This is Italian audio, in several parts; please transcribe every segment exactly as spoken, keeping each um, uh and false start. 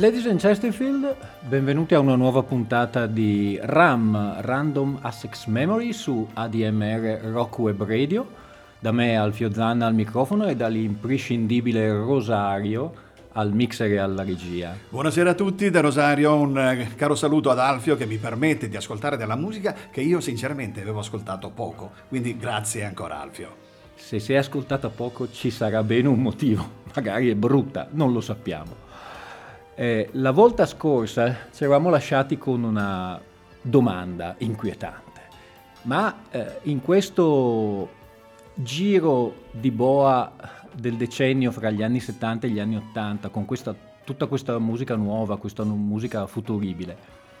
Ladies and Chesterfield, benvenuti a una nuova puntata di RAM, Random Access Memory su A D M R Rock Web Radio. Da me Alfio Zanna al microfono e dall'imprescindibile Rosario al mixer e alla regia. Buonasera a tutti, da Rosario un caro saluto ad Alfio che mi permette di ascoltare della musica che io sinceramente avevo ascoltato poco, quindi grazie ancora Alfio. Se si è ascoltata poco ci sarà bene un motivo, magari è brutta, non lo sappiamo. Eh, la volta scorsa ci eravamo lasciati con una domanda inquietante, ma eh, in questo giro di boa del decennio fra gli anni settanta e gli anni ottanta, con questa, tutta questa musica nuova, questa musica futuribile,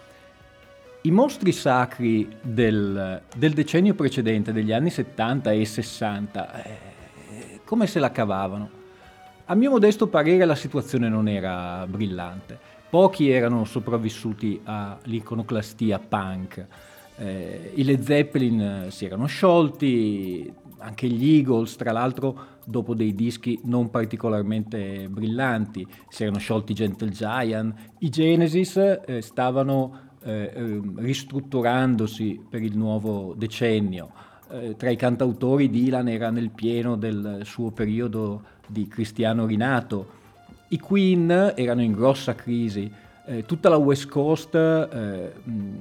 i mostri sacri del, del decennio precedente, degli anni settanta e sessanta, eh, come se la cavavano? A mio modesto parere la situazione non era brillante. Pochi erano sopravvissuti all'iconoclastia punk. Eh, I Led Zeppelin si erano sciolti, anche gli Eagles, tra l'altro, dopo dei dischi non particolarmente brillanti, si erano sciolti Gentle Giant. I Genesis eh, stavano eh, ristrutturandosi per il nuovo decennio. Eh, tra i cantautori Dylan era nel pieno del suo periodo di cristiano rinato, i Queen erano in grossa crisi, eh, tutta la West Coast eh,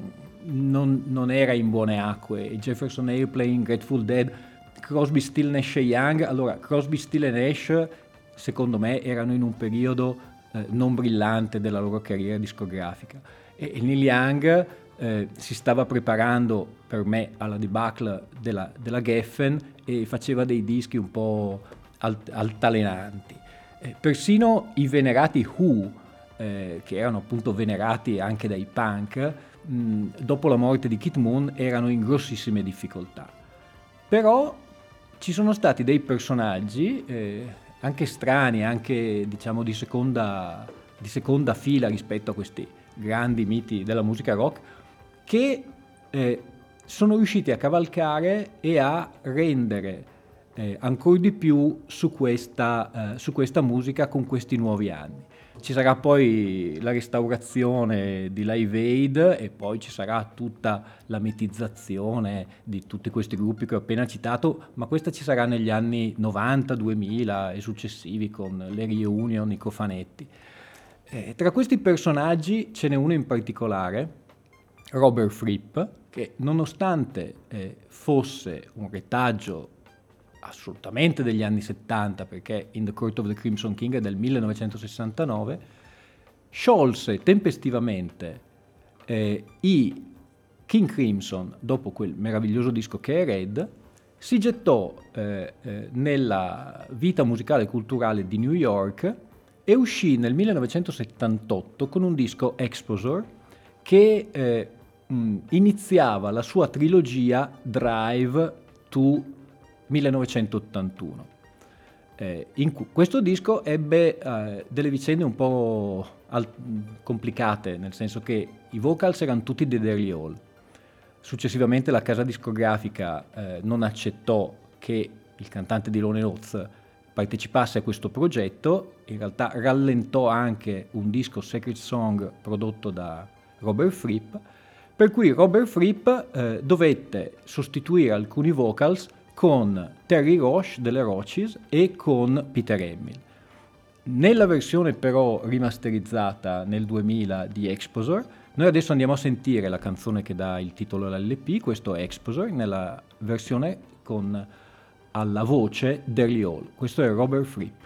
non, non era in buone acque, Jefferson Airplane, Grateful Dead, Crosby, Still, Nash e Young. Allora Crosby, Still e Nash secondo me erano in un periodo eh, non brillante della loro carriera discografica, e, e Neil Young eh, si stava preparando per me alla debacle della, della Geffen e faceva dei dischi un po' alt- altalenanti. Eh, persino i venerati Who, eh, che erano appunto venerati anche dai punk, mh, dopo la morte di Keith Moon erano in grossissime difficoltà. Però ci sono stati dei personaggi eh, anche strani, anche diciamo di seconda, di seconda fila rispetto a questi grandi miti della musica rock, che eh, sono riusciti a cavalcare e a rendere eh, ancora di più su questa, eh, su questa musica con questi nuovi anni. Ci sarà poi la restaurazione di Live Aid e poi ci sarà tutta la mitizzazione di tutti questi gruppi che ho appena citato, ma questa ci sarà negli anni novanta, duemila e successivi con le reunion, i cofanetti. Eh, tra questi personaggi ce n'è uno in particolare, Robert Fripp, che nonostante eh, fosse un retaggio assolutamente degli anni settanta, perché In the Court of the Crimson King è del millenovecentosessantanove, sciolse tempestivamente eh, i King Crimson dopo quel meraviglioso disco che è Red, si gettò eh, eh, nella vita musicale e culturale di New York e uscì nel millenovecentosettantotto con un disco Exposure che eh, mh, iniziava la sua trilogia Drive to millenovecentottantuno. Eh, in cu- questo disco ebbe eh, delle vicende un po' al- complicate, nel senso che i vocals erano tutti di Daryl Hall. Successivamente la casa discografica eh, non accettò che il cantante di Lone Oath partecipasse a questo progetto, in realtà rallentò anche un disco Sacred Song prodotto da Robert Fripp, per cui Robert Fripp eh, dovette sostituire alcuni vocals con Terry Roche delle Roches e con Peter Hamill. Nella versione però rimasterizzata nel duemila di Exposure, noi adesso andiamo a sentire la canzone che dà il titolo all'L P, questo è Exposure, nella versione con alla voce Daryl Hall. Questo è Robert Fripp.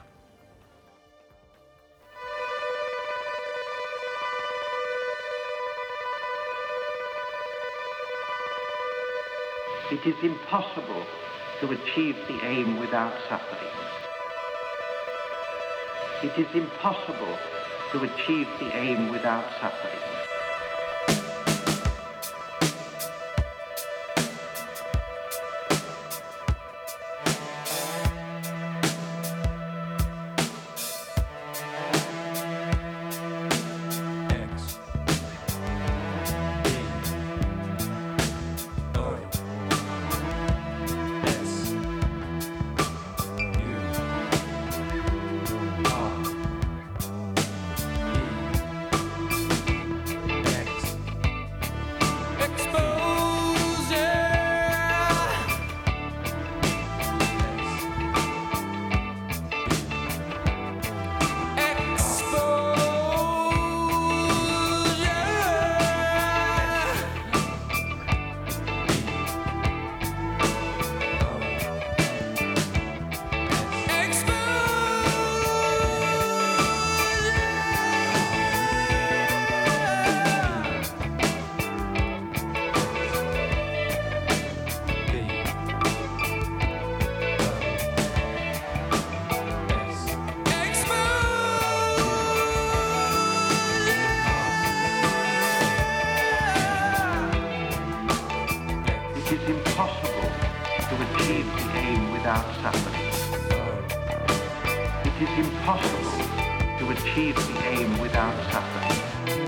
It is impossible to achieve the aim without suffering. It is impossible to achieve the aim without suffering. It is impossible to achieve the aim without suffering. It is impossible to achieve the aim without suffering.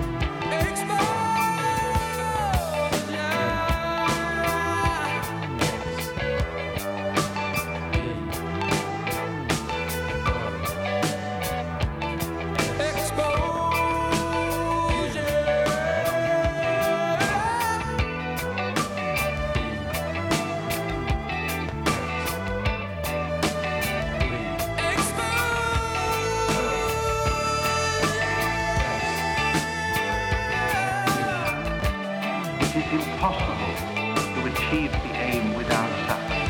It is impossible to achieve the aim without suffering.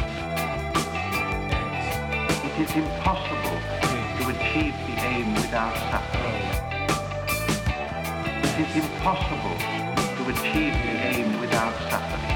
It is impossible to achieve the aim without suffering. It is impossible to achieve the aim without suffering.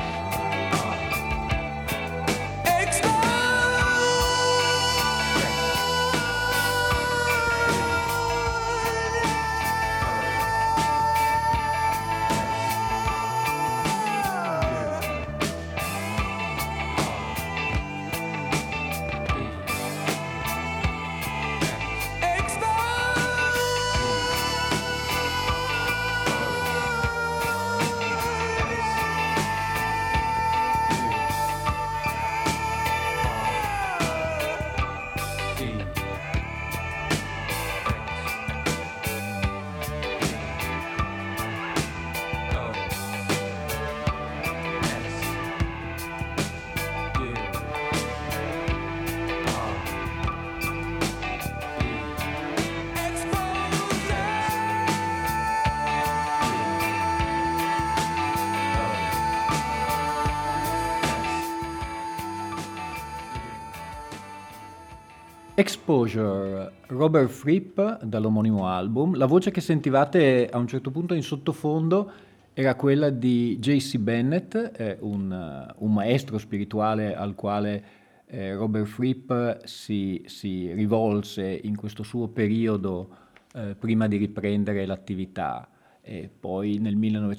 Exposure, Robert Fripp dall'omonimo album. La voce che sentivate a un certo punto in sottofondo era quella di J C Bennett, eh, un, un maestro spirituale al quale eh, Robert Fripp si, si rivolse in questo suo periodo eh, prima di riprendere l'attività e poi nel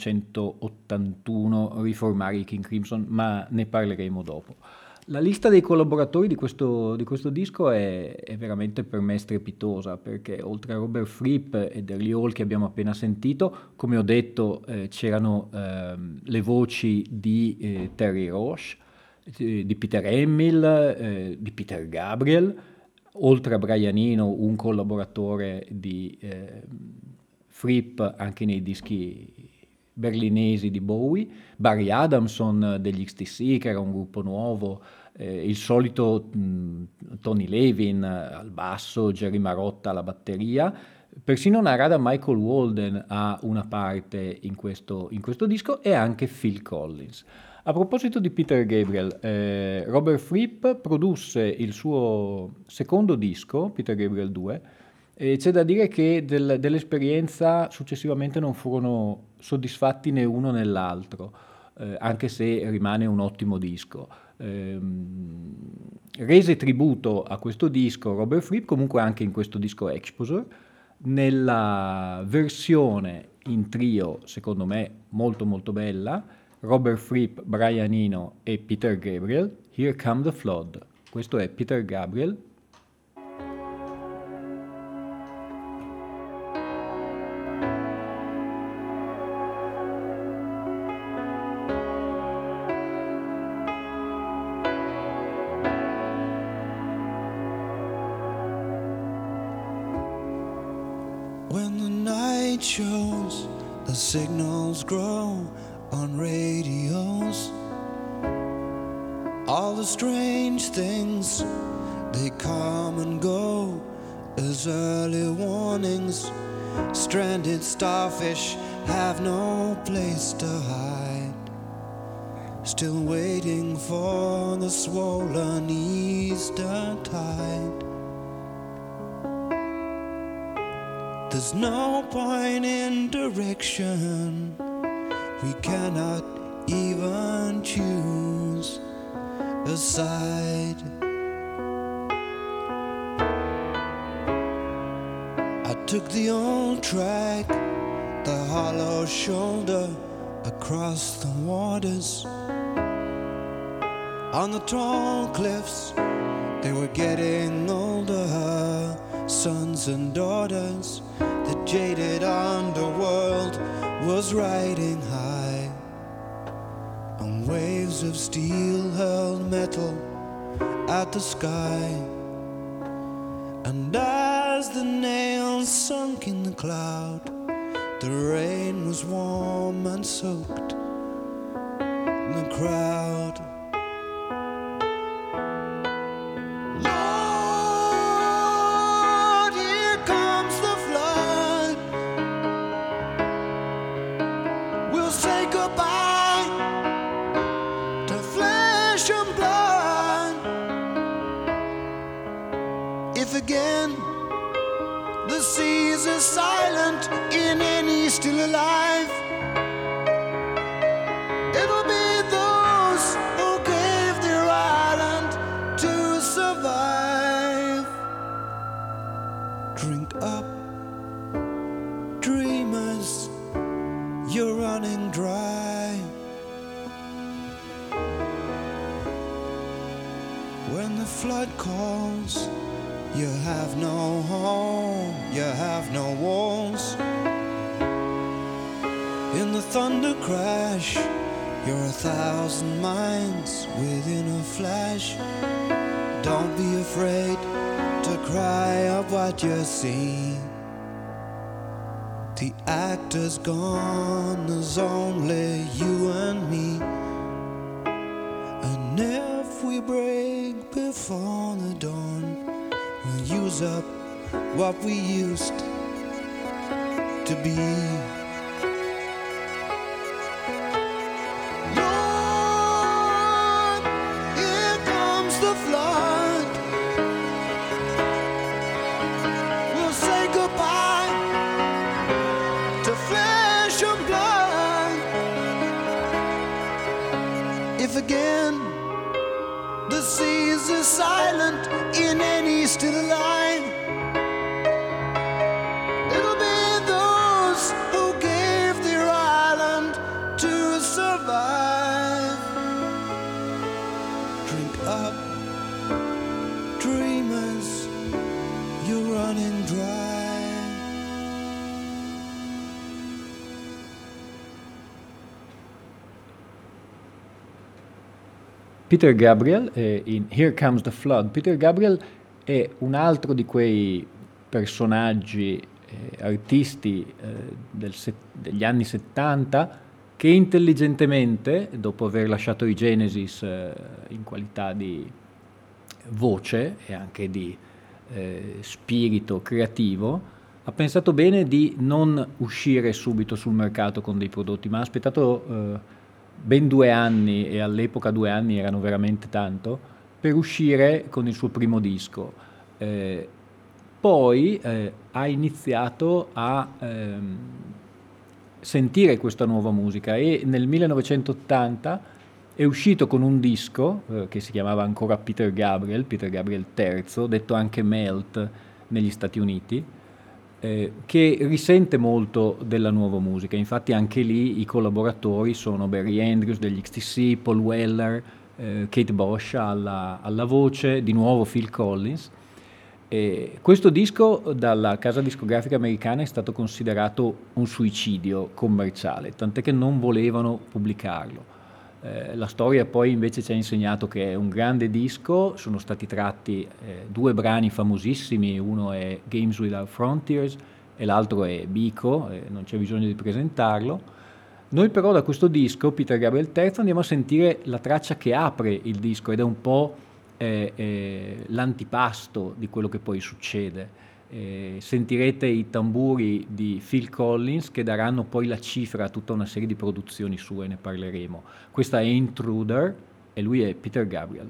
millenovecentottantuno riformare i King Crimson, ma ne parleremo dopo. La lista dei collaboratori di questo, di questo disco è, è veramente per me strepitosa, perché oltre a Robert Fripp e Daryl Hall che abbiamo appena sentito, come ho detto eh, c'erano eh, le voci di eh, Terry Roche, eh, di Peter Hamill, eh, di Peter Gabriel, oltre a Brian Eno, un collaboratore di eh, Fripp anche nei dischi berlinesi di Bowie, Barry Adamson degli X T C che era un gruppo nuovo, eh, il solito mh, Tony Levin al basso, Jerry Marotta alla batteria, persino Narada Michael Walden ha una parte in questo, in questo disco e anche Phil Collins. A proposito di Peter Gabriel, eh, Robert Fripp produsse il suo secondo disco, Peter Gabriel due, e c'è da dire che del, dell'esperienza successivamente non furono soddisfatti né uno né l'altro, eh, anche se rimane un ottimo disco. Eh, rese tributo a questo disco Robert Fripp comunque anche in questo disco Exposure, nella versione in trio, secondo me molto molto bella, Robert Fripp, Brian Eno e Peter Gabriel, Here Come the Flood. Questo è Peter Gabriel. Shows the signals grow on radios, all the strange things they come and go as early warnings. Stranded starfish have no place to hide, still waiting for the swollen Easter tide. There's no point in direction, we cannot even choose a side. I took the old track, the hollow shoulder across the waters. On the tall cliffs, they were getting older, sons and daughters. The jaded underworld was riding high, and waves of steel hurled metal at the sky. And as the nails sunk in the cloud, the rain was warm and soaked in the crowd. Lord, here comes the flood. We'll say goodbye to flesh and blood. If again the seas are silent in any still alive, it'll be those who gave their island to survive. Drink up, dreamers, you're running dry. When the flood calls, you have no home, you have no walls. In the thunder crash, you're a thousand miles within a flash. Don't be afraid to cry out what you see. The actor's gone, there's only you and me. And if we break before the dawn, we'll use up what we used to be. Lord, here comes the flood. We'll say goodbye to flesh and blood. If again the seas are silent in any still alive, it'll be those who gave their island to survive. Drink up, dreamers, you're running dry. Peter Gabriel eh, in Here Comes the Flood. Peter Gabriel è un altro di quei personaggi, eh, artisti eh, del se- degli anni settanta che intelligentemente, dopo aver lasciato i Genesis eh, in qualità di voce e anche di eh, spirito creativo, ha pensato bene di non uscire subito sul mercato con dei prodotti, ma ha aspettato eh, ben due anni, e all'epoca due anni erano veramente tanto, per uscire con il suo primo disco. Eh, poi eh, ha iniziato a ehm, sentire questa nuova musica e nel millenovecentottanta è uscito con un disco eh, che si chiamava ancora Peter Gabriel, Peter Gabriel terzo, detto anche Melt negli Stati Uniti, Eh, che risente molto della nuova musica. Infatti anche lì i collaboratori sono Barry Andrews degli X T C, Paul Weller, eh, Kate Bush alla, alla voce, di nuovo Phil Collins. E questo disco dalla casa discografica americana è stato considerato un suicidio commerciale, tant'è che non volevano pubblicarlo. Eh, la storia poi invece ci ha insegnato che è un grande disco, sono stati tratti eh, due brani famosissimi, uno è Games Without Frontiers e l'altro è Biko, eh, non c'è bisogno di presentarlo. Noi però da questo disco, Peter Gabriel terzo, andiamo a sentire la traccia che apre il disco ed è un po' eh, eh, l'antipasto di quello che poi succede. Eh, sentirete i tamburi di Phil Collins che daranno poi la cifra a tutta una serie di produzioni sue, ne parleremo. Questa è Intruder e lui è Peter Gabriel.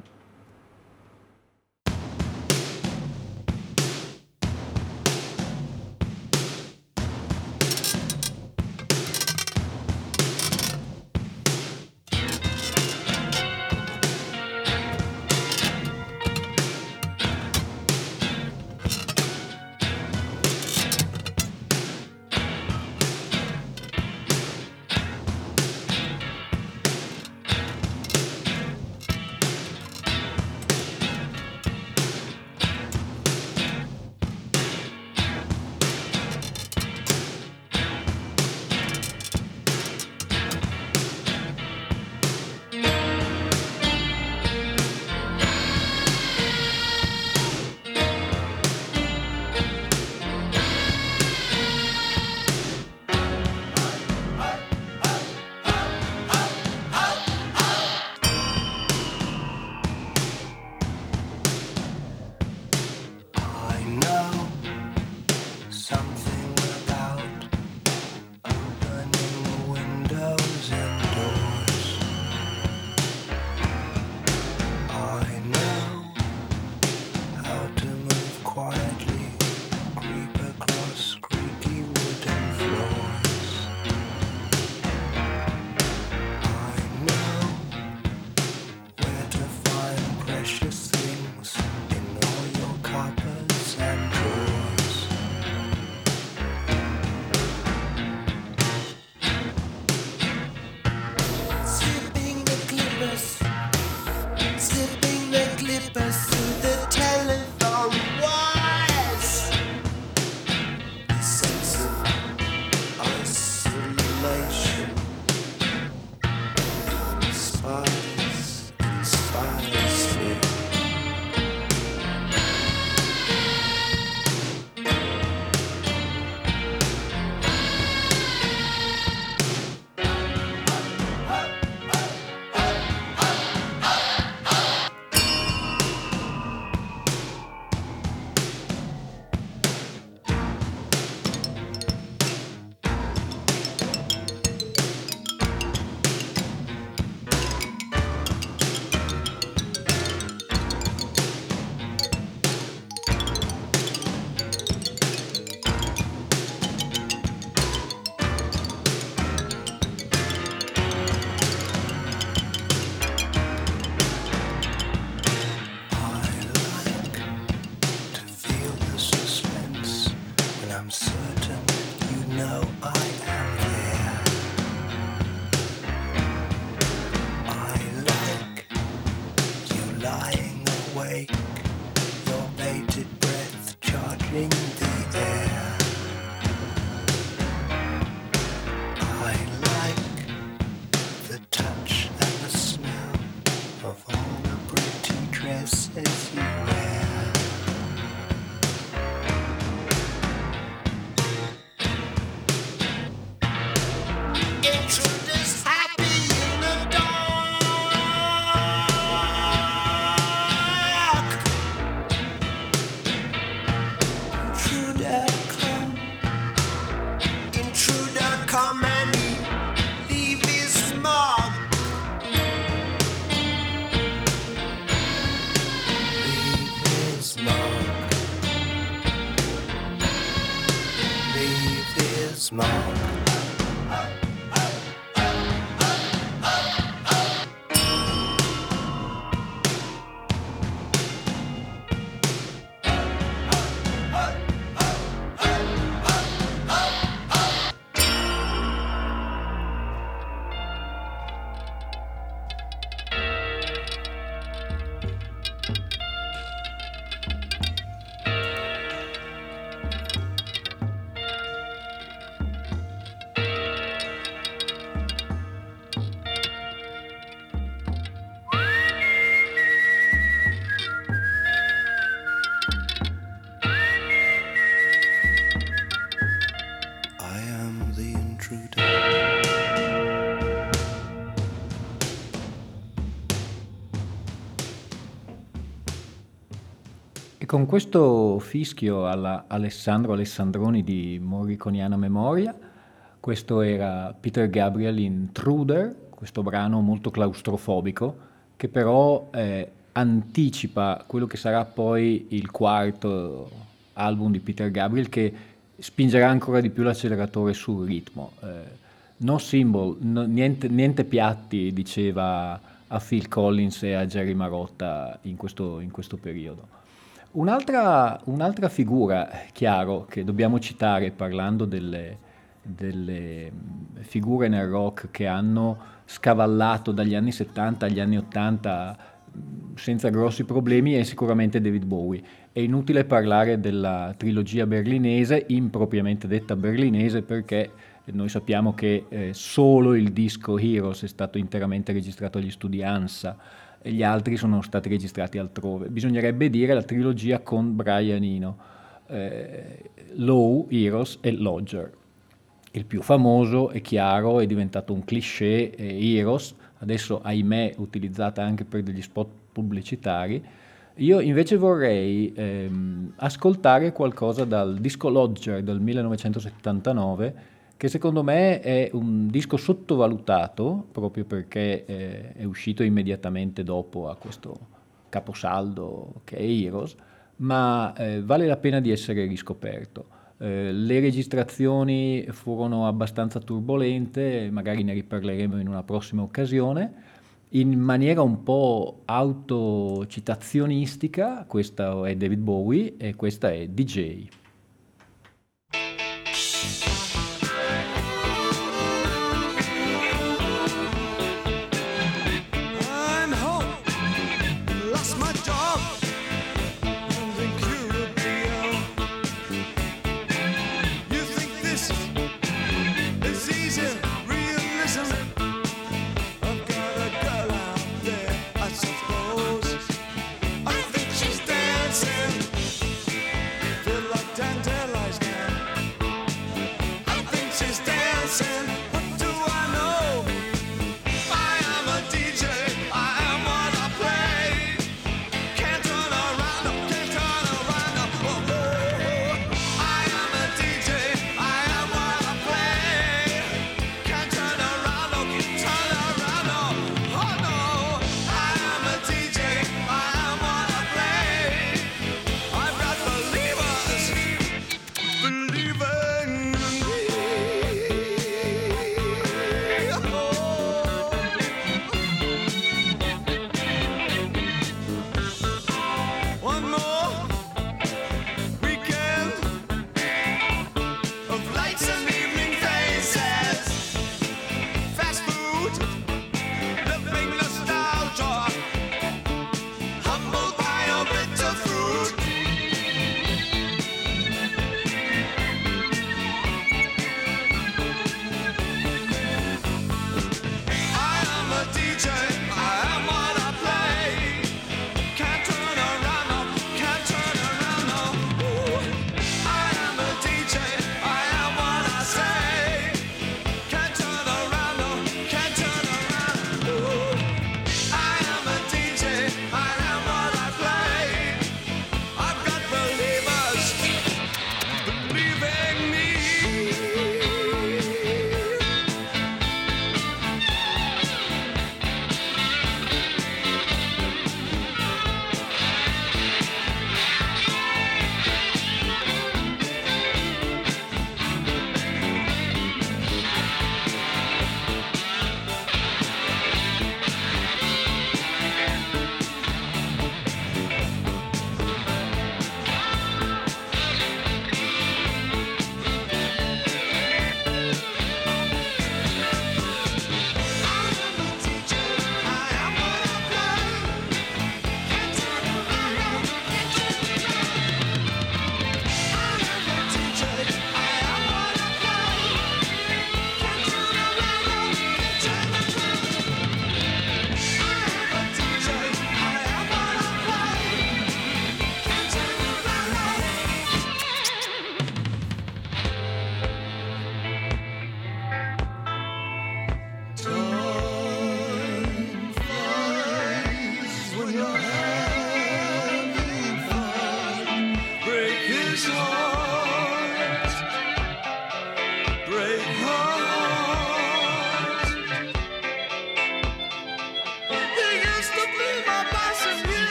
says you wear. Intruders happy in the dark. Intruder come, intruder come and leave his mark. Leave his mark. Leave his mark. I am the intruder. E con questo fischio alla Alessandro Alessandroni di Morriconiana Memoria, questo era Peter Gabriel Intruder, questo brano molto claustrofobico, che però eh, anticipa quello che sarà poi il quarto album di Peter Gabriel, che spingerà ancora di più l'acceleratore sul ritmo. Eh, no symbol, no- niente, niente piatti, diceva a Phil Collins e a Jerry Marotta in questo, in questo periodo. Un'altra, un'altra figura, chiaro, che dobbiamo citare parlando delle, delle mh, figure nel rock che hanno scavallato dagli anni settanta agli anni ottanta mh, senza grossi problemi, è sicuramente David Bowie. È inutile parlare della trilogia berlinese, impropriamente detta berlinese, perché noi sappiamo che eh, solo il disco Heroes è stato interamente registrato agli studi ANSA, e gli altri sono stati registrati altrove. Bisognerebbe dire la trilogia con Brian Eno, eh, Low, Heroes e Lodger. Il più famoso, è chiaro, è diventato un cliché, è Heroes, adesso ahimè utilizzata anche per degli spot pubblicitari. Io invece vorrei ehm, ascoltare qualcosa dal disco Lodger del millenovecentosettantanove, che secondo me è un disco sottovalutato proprio perché eh, è uscito immediatamente dopo a questo caposaldo che è Heroes, ma eh, vale la pena di essere riscoperto. Eh, le registrazioni furono abbastanza turbolente, magari ne riparleremo in una prossima occasione, in maniera un po' autocitazionistica. Questo è David Bowie e questa è D J. I'm home, lost my job, and incurable. You think this is easy, realism? I've got a girl out there, I suppose. I think she's dancing, feel like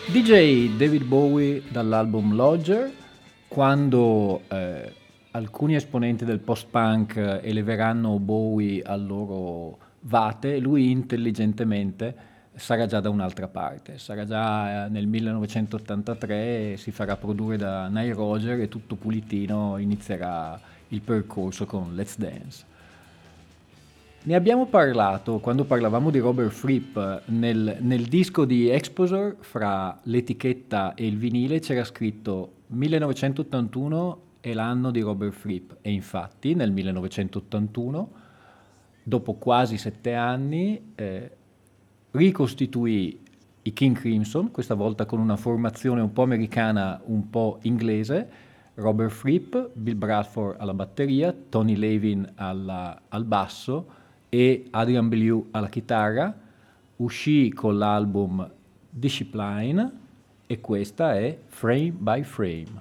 D J David Bowie dall'album Lodger, quando eh, alcuni esponenti del post-punk eleveranno Bowie al loro vate, lui intelligentemente sarà già da un'altra parte, sarà già eh, nel millenovecentottantatré, si farà produrre da Nile Rodgers e tutto pulitino inizierà il percorso con Let's Dance. Ne abbiamo parlato quando parlavamo di Robert Fripp, nel, nel disco di Exposure, fra l'etichetta e il vinile c'era scritto millenovecentottantuno è l'anno di Robert Fripp, e infatti nel millenovecentottantuno, dopo quasi sette anni, eh, ricostituì i King Crimson, questa volta con una formazione un po' americana, un po' inglese, Robert Fripp, Bill Bradford alla batteria, Tony Levin alla, al basso e Adrian Belew alla chitarra. Uscì con l'album Discipline e questa è Frame by Frame.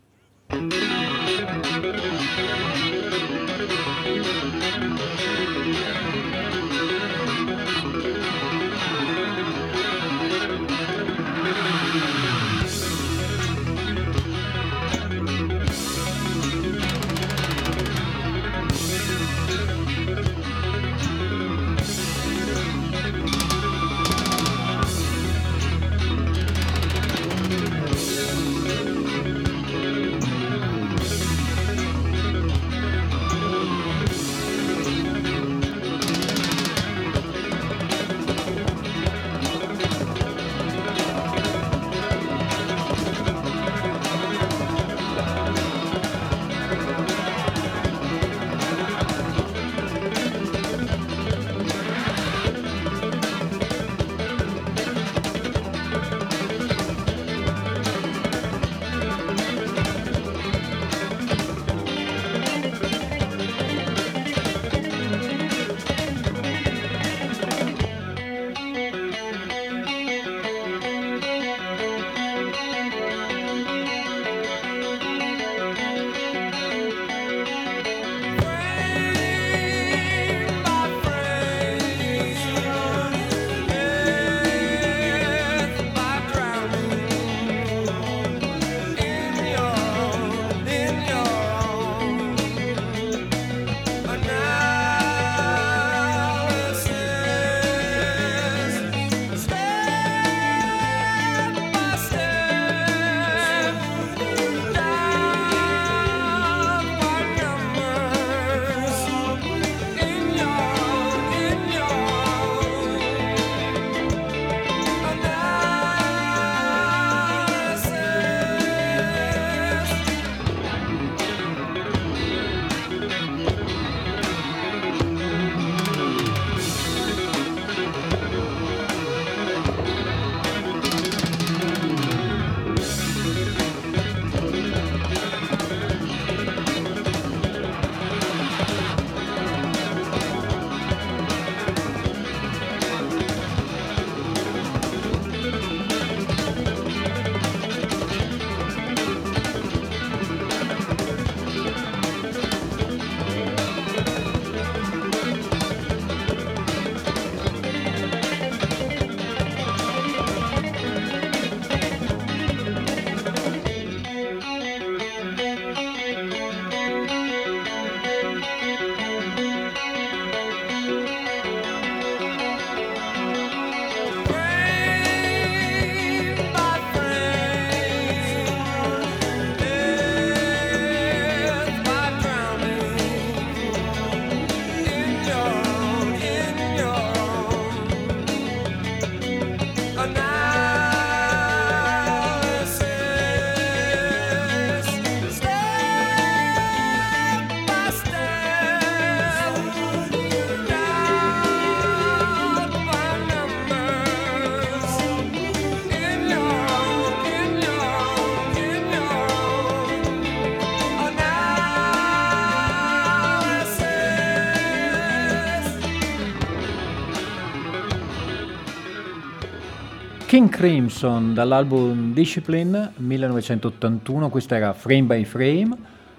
King Crimson dall'album Discipline millenovecentottantuno, questa era Frame by Frame.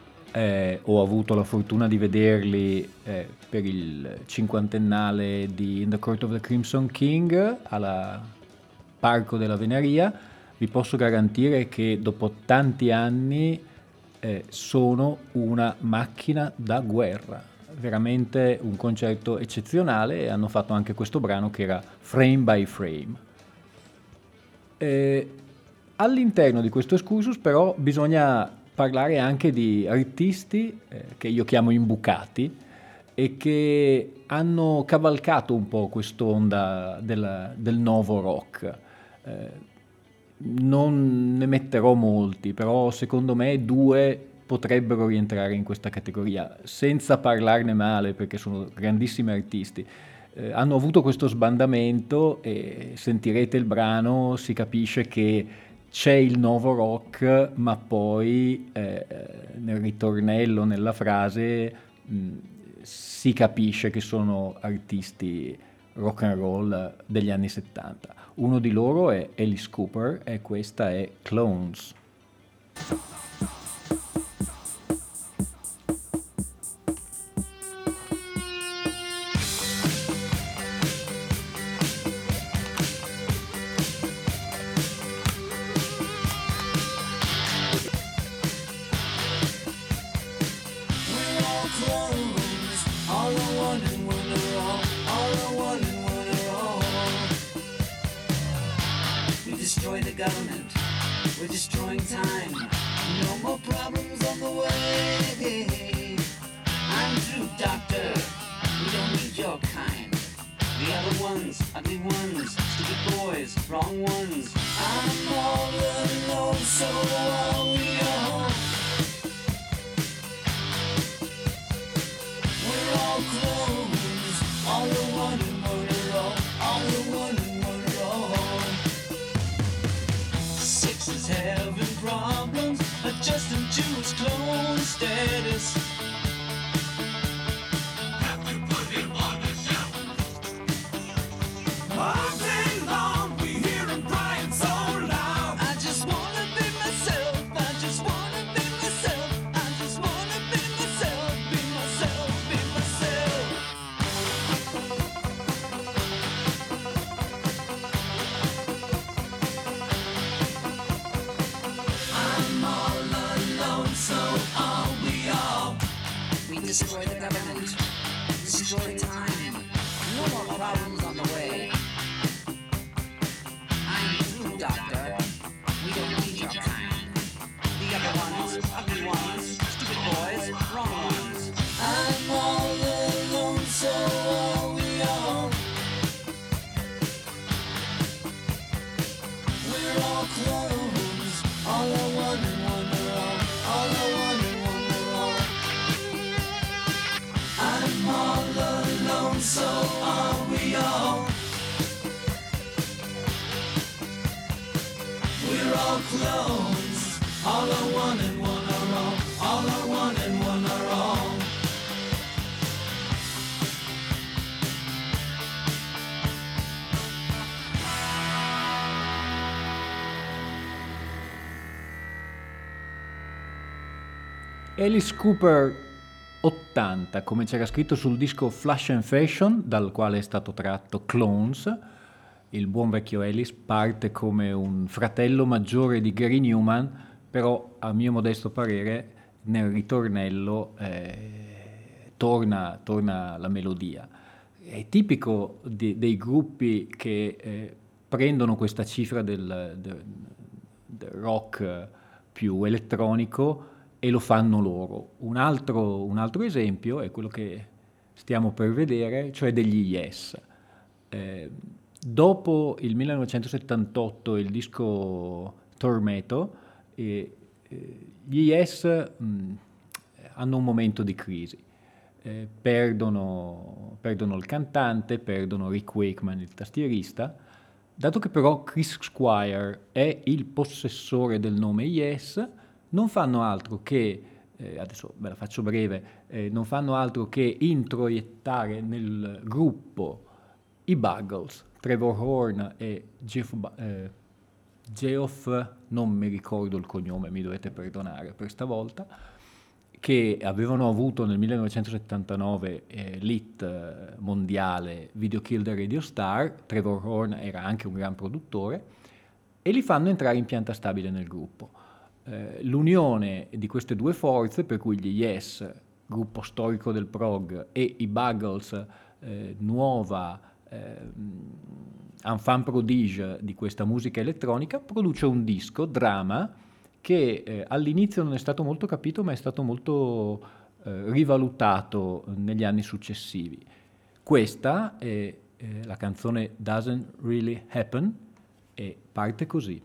Eh, ho avuto la fortuna di vederli eh, per il cinquantennale di In the Court of the Crimson King alla Parco della Veneria. vi posso garantire che dopo tanti anni eh, sono una macchina da guerra, veramente un concerto eccezionale, e hanno fatto anche questo brano che era Frame by Frame. Eh, all'interno di questo excursus però bisogna parlare anche di artisti eh, che io chiamo imbucati e che hanno cavalcato un po' quest'onda del, del nuovo rock. Eh, non ne metterò molti, però secondo me due potrebbero rientrare in questa categoria, senza parlarne male perché sono grandissimi artisti. Eh, hanno avuto questo sbandamento e sentirete il brano, si capisce che c'è il nuovo rock, ma poi eh, nel ritornello, nella frase, mh, si capisce che sono artisti rock and roll degli anni settanta. Uno di loro è Alice Cooper e questa è Clones. Alice Cooper ottanta, come c'era scritto sul disco Flash and Fashion, dal quale è stato tratto Clones. Il buon vecchio Alice parte come un fratello maggiore di Gary Newman, però a mio modesto parere nel ritornello eh, torna, torna la melodia. È tipico di, dei gruppi che eh, prendono questa cifra del, del, del rock più elettronico e lo fanno loro. Un altro, un altro esempio è quello che stiamo per vedere, cioè degli Yes. Eh, dopo il millenovecentosettantotto e il disco Tormento, eh, eh, gli Yes mh, hanno un momento di crisi. Eh, perdono, perdono il cantante, perdono Rick Wakeman, il tastierista. Dato che però Chris Squire è il possessore del nome Yes, non fanno altro che, eh, adesso ve la faccio breve, eh, non fanno altro che introiettare nel gruppo i Buggles, Trevor Horn e Geoff, eh, Geoff, non mi ricordo il cognome, mi dovete perdonare per stavolta, che avevano avuto nel millenovecentosettantanove eh, l'hit eh, mondiale Video Kill the Radio Star. Trevor Horn era anche un gran produttore, e li fanno entrare in pianta stabile nel gruppo. Eh, l'unione di queste due forze, per cui gli Yes, gruppo storico del prog, e i Buggles, eh, nuova eh, enfant prodige di questa musica elettronica, produce un disco, Drama, che eh, all'inizio non è stato molto capito, ma è stato molto eh, rivalutato negli anni successivi. Questa è eh, la canzone Doesn't Really Happen e parte così.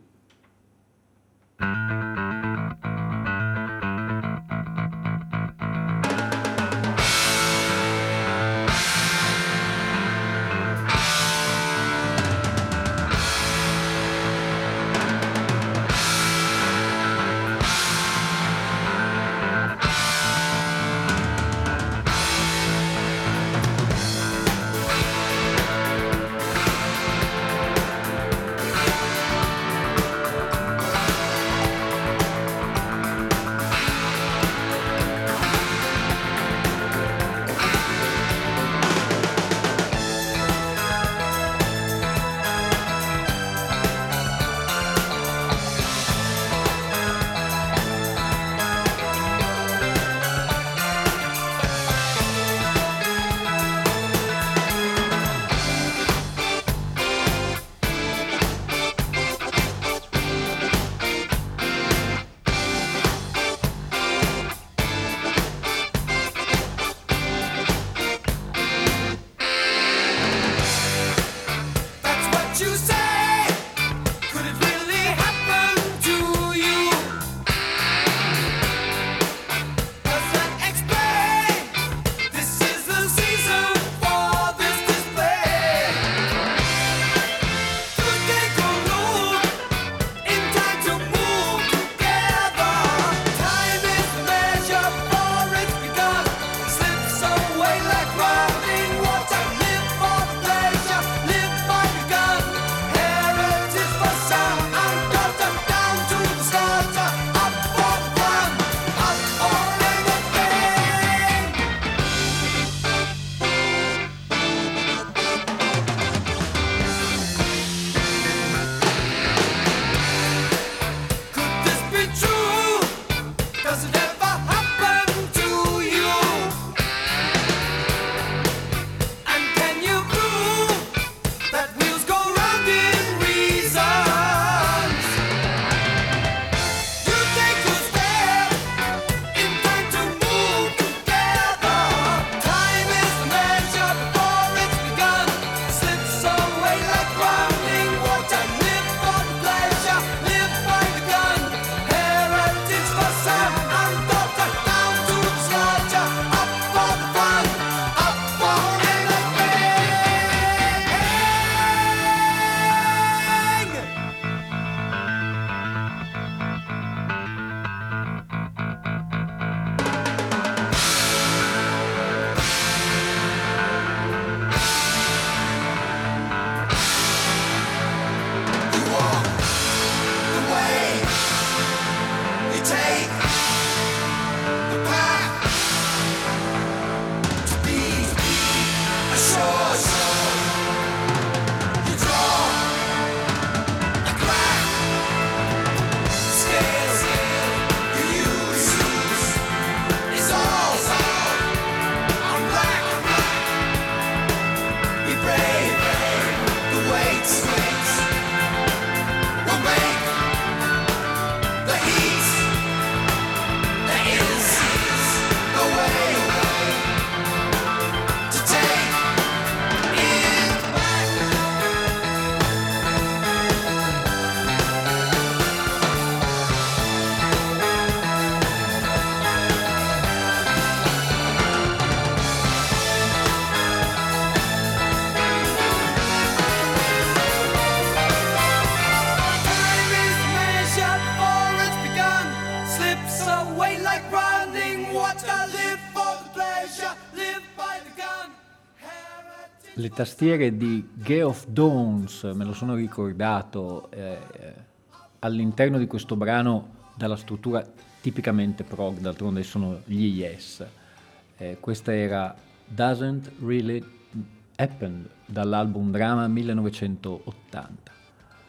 Le tastiere di Geoff Downes, me lo sono ricordato, eh, all'interno di questo brano dalla struttura tipicamente prog, d'altronde sono gli Yes. Eh, questa era Doesn't Really Happen dall'album Drama millenovecentottanta.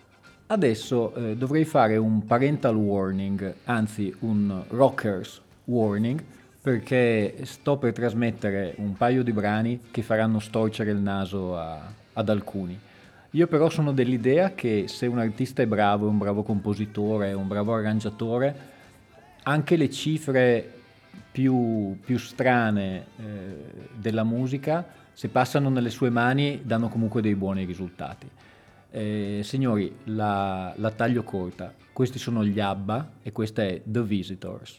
Adesso eh, dovrei fare un parental warning, anzi un rockers warning, perché sto per trasmettere un paio di brani che faranno storcere il naso a- ad alcuni. Io però sono dell'idea che se un artista è bravo, è un bravo compositore, è un bravo arrangiatore, anche le cifre più, più strane eh, della musica, se passano nelle sue mani, danno comunque dei buoni risultati. Eh, signori, la, la taglio corta. Questi sono gli ABBA e questa è The Visitors.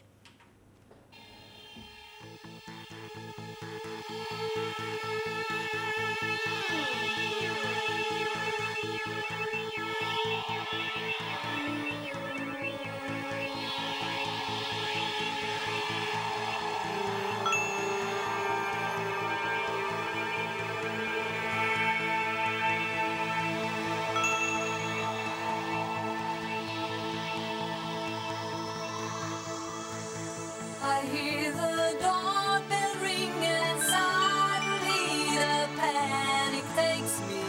I hear the doorbell ring and suddenly the panic takes me.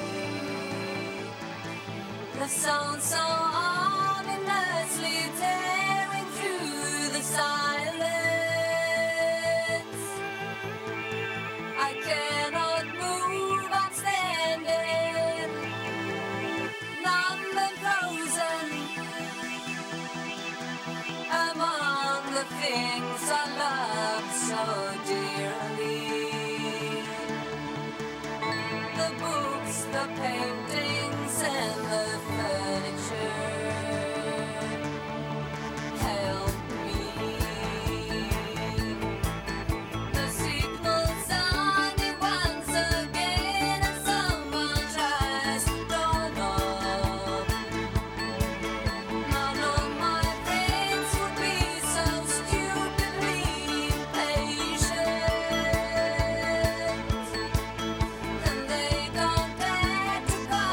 The sound so ominously tearing through the silence. I cannot move, I'm standing, numb and frozen among the things I love so dearly. The books, the paintings, and the furniture help me. The signal sounding once again, and someone tries to dawn up. None of my friends would be so stupidly impatient, and they don't dare to come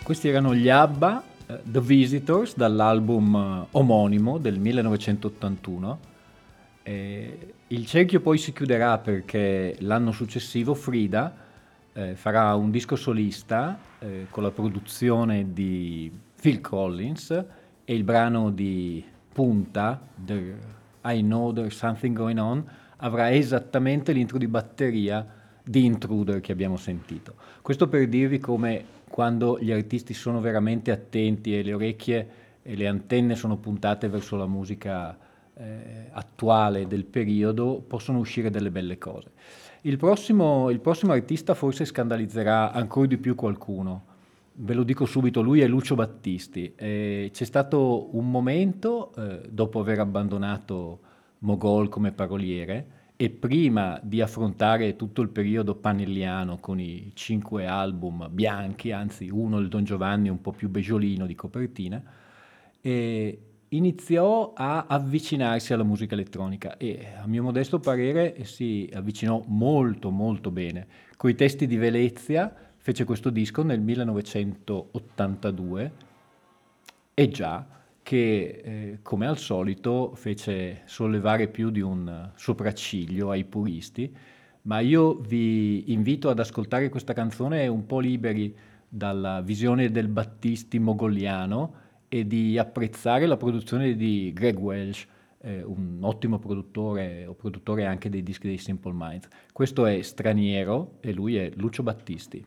Questi erano gli ABBA, eh, The Visitors, dall'album eh, omonimo del millenovecentottantuno. Eh, il cerchio poi si chiuderà perché l'anno successivo Frida eh, farà un disco solista eh, con la produzione di Phil Collins e il brano di punta, The, I Know There's Something Going On, avrà esattamente l'intro di batteria di Intruder che abbiamo sentito. Questo per dirvi come quando gli artisti sono veramente attenti e le orecchie e le antenne sono puntate verso la musica eh, attuale del periodo, possono uscire delle belle cose. Il prossimo, il prossimo artista forse scandalizzerà ancora di più qualcuno. Ve lo dico subito, lui è Lucio Battisti. Eh, c'è stato un momento, eh, dopo aver abbandonato Mogol come paroliere, e prima di affrontare tutto il periodo pannelliano con i cinque album bianchi, anzi uno, il Don Giovanni, un po' più beggiolino di copertina, e iniziò a avvicinarsi alla musica elettronica e a mio modesto parere si avvicinò molto molto bene. Coi testi di Velezia fece questo disco nel millenovecentottantadue e già che eh, come al solito fece sollevare più di un sopracciglio ai puristi, ma io vi invito ad ascoltare questa canzone un po' liberi dalla visione del Battisti mogoliano e di apprezzare la produzione di Greg Welch, eh, un ottimo produttore o produttore anche dei dischi dei Simple Minds. Questo è Straniero e lui è Lucio Battisti.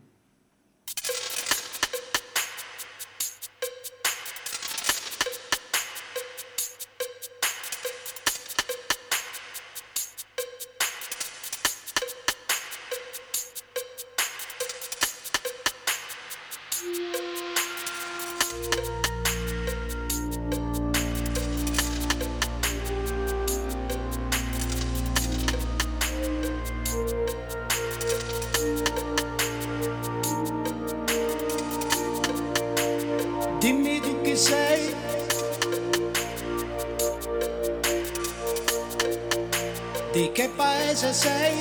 Dimmi tu chi sei, di che paese sei,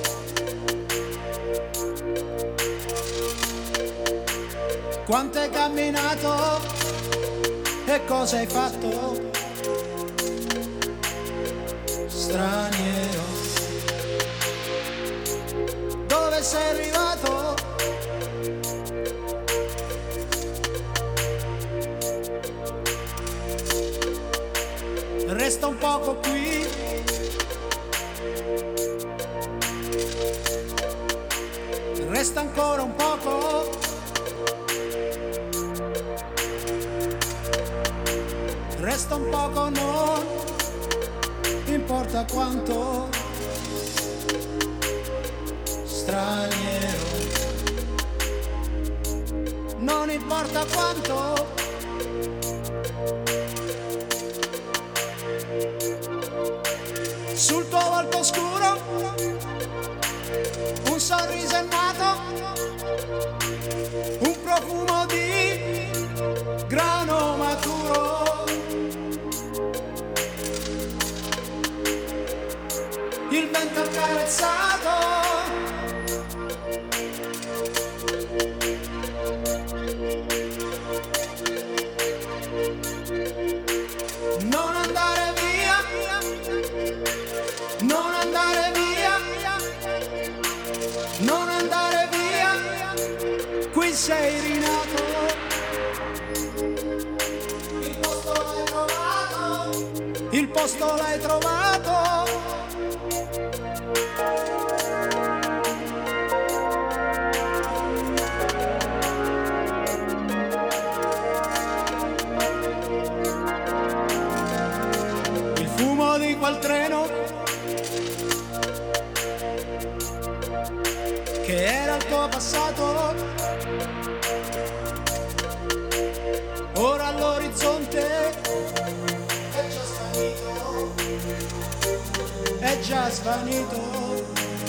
quanto hai camminato e cosa hai fatto, straniero, dove sei arrivato? Resta un poco qui, resta ancora un poco, resta un poco, non importa quanto, straniero, non importa quanto. Sul tuo volto scuro un sorriso è nato, un profumo di grano maturo, il vento accarezzato, non andare via, non andare via, non andare via, qui sei rinato, il posto l'hai trovato, il posto l'hai trovato. Il fumo di quel treno che era il tuo passato, ora all'orizzonte è già svanito, è già svanito,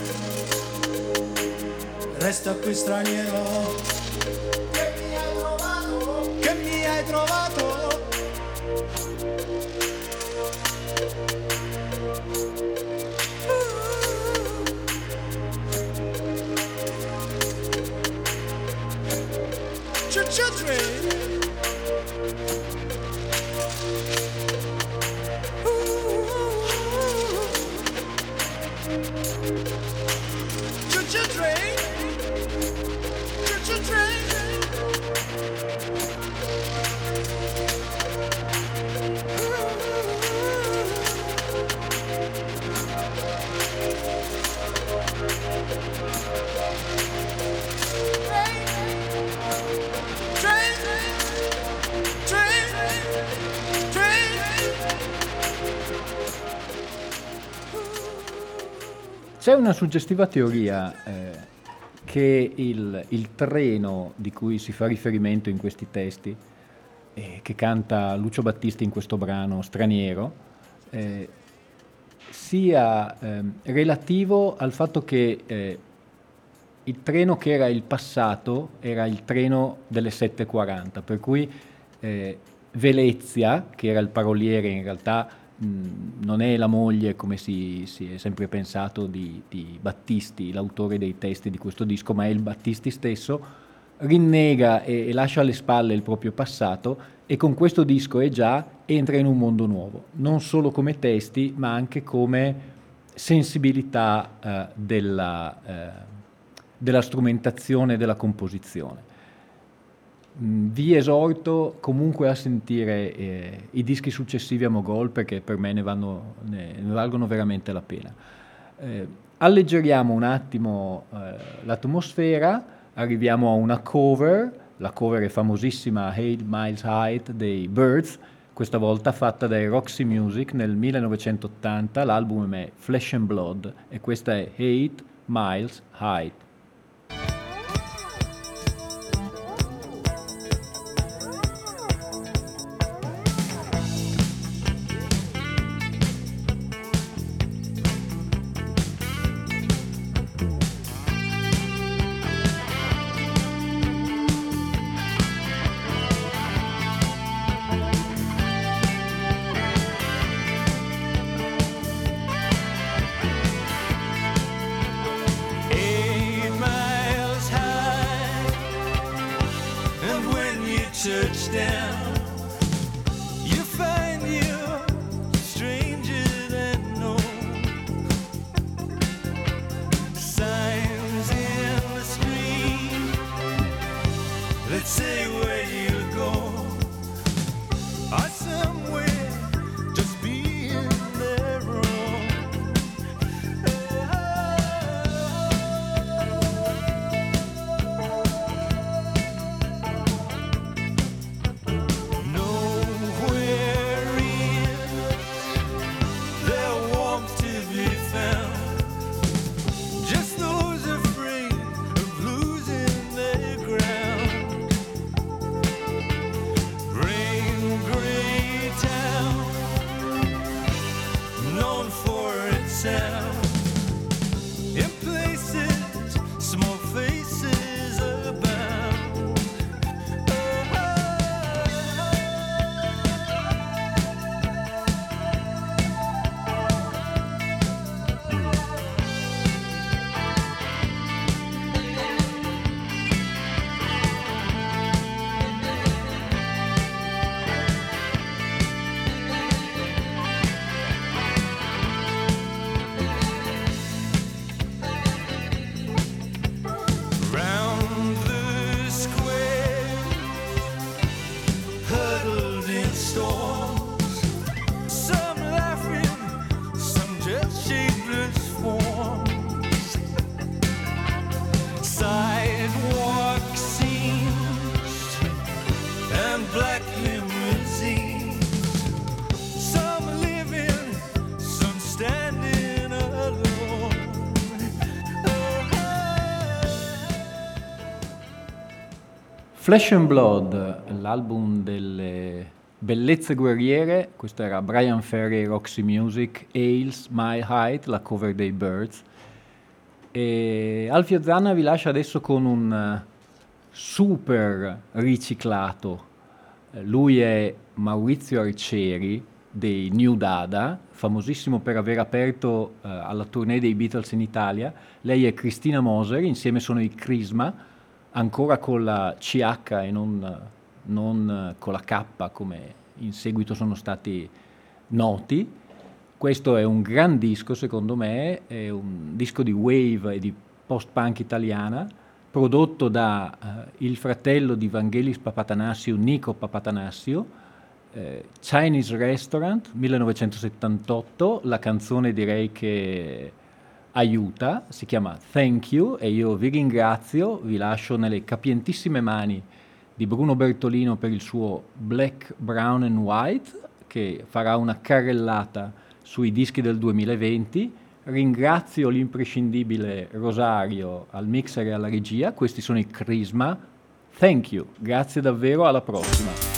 resta qui straniero, che mi hai trovato, che mi hai trovato. Choo-choo train. Choo-choo train. Choo-choo train. C'è una suggestiva teoria eh, che il, il treno di cui si fa riferimento in questi testi, eh, che canta Lucio Battisti in questo brano Straniero, eh, sia ehm, relativo al fatto che eh, il treno che era il passato era il treno delle sette e quaranta, per cui eh, Velezia, che era il paroliere, in realtà mh, non è la moglie, come si, si è sempre pensato, di, di Battisti, l'autore dei testi di questo disco, ma è il Battisti stesso, rinnega e, e lascia alle spalle il proprio passato e con questo disco è già entra in un mondo nuovo, non solo come testi, ma anche come sensibilità eh, della, eh, della strumentazione e della composizione. Vi esorto comunque a sentire eh, i dischi successivi a Mogol, perché per me ne, vanno, ne, ne valgono veramente la pena. Eh, alleggeriamo un attimo eh, l'atmosfera, arriviamo a una cover, la cover è famosissima Eight Miles High dei Byrds, questa volta fatta dai Roxy Music nel millenovecentottanta, l'album è Flesh and Blood e questa è Eight Miles High. Touchdown, you find you're stranger than known. Signs in the street that say where you go are somewhere just being their own. Flesh and Blood, l'album delle bellezze guerriere, questo era Brian Ferry, Roxy Music, Ailes, My Height, la cover dei Byrds. E Alfio Zanna vi lascia adesso con un super riciclato. Lui è Maurizio Arcieri dei New Dada, famosissimo per aver aperto uh, alla tournée dei Beatles in Italia. Lei è Cristina Moser, insieme sono i Crisma. ancora con la C H e non, non con la K come in seguito sono stati noti. Questo è un gran disco, secondo me, è un disco di wave e di post-punk italiana, prodotto da eh, il fratello di Vangelis Papatanassiou, Nico Papatanassiou, eh, Chinese Restaurant, millenovecentosettantotto, la canzone direi che aiuta, si chiama Thank You e io vi ringrazio, vi lascio nelle capientissime mani di Bruno Bertolino per il suo Black, Brown and White, che farà una carrellata sui dischi del duemilaventi. Ringrazio l'imprescindibile Rosario al mixer e alla regia, questi sono i Crisma. Thank you, grazie davvero, alla prossima.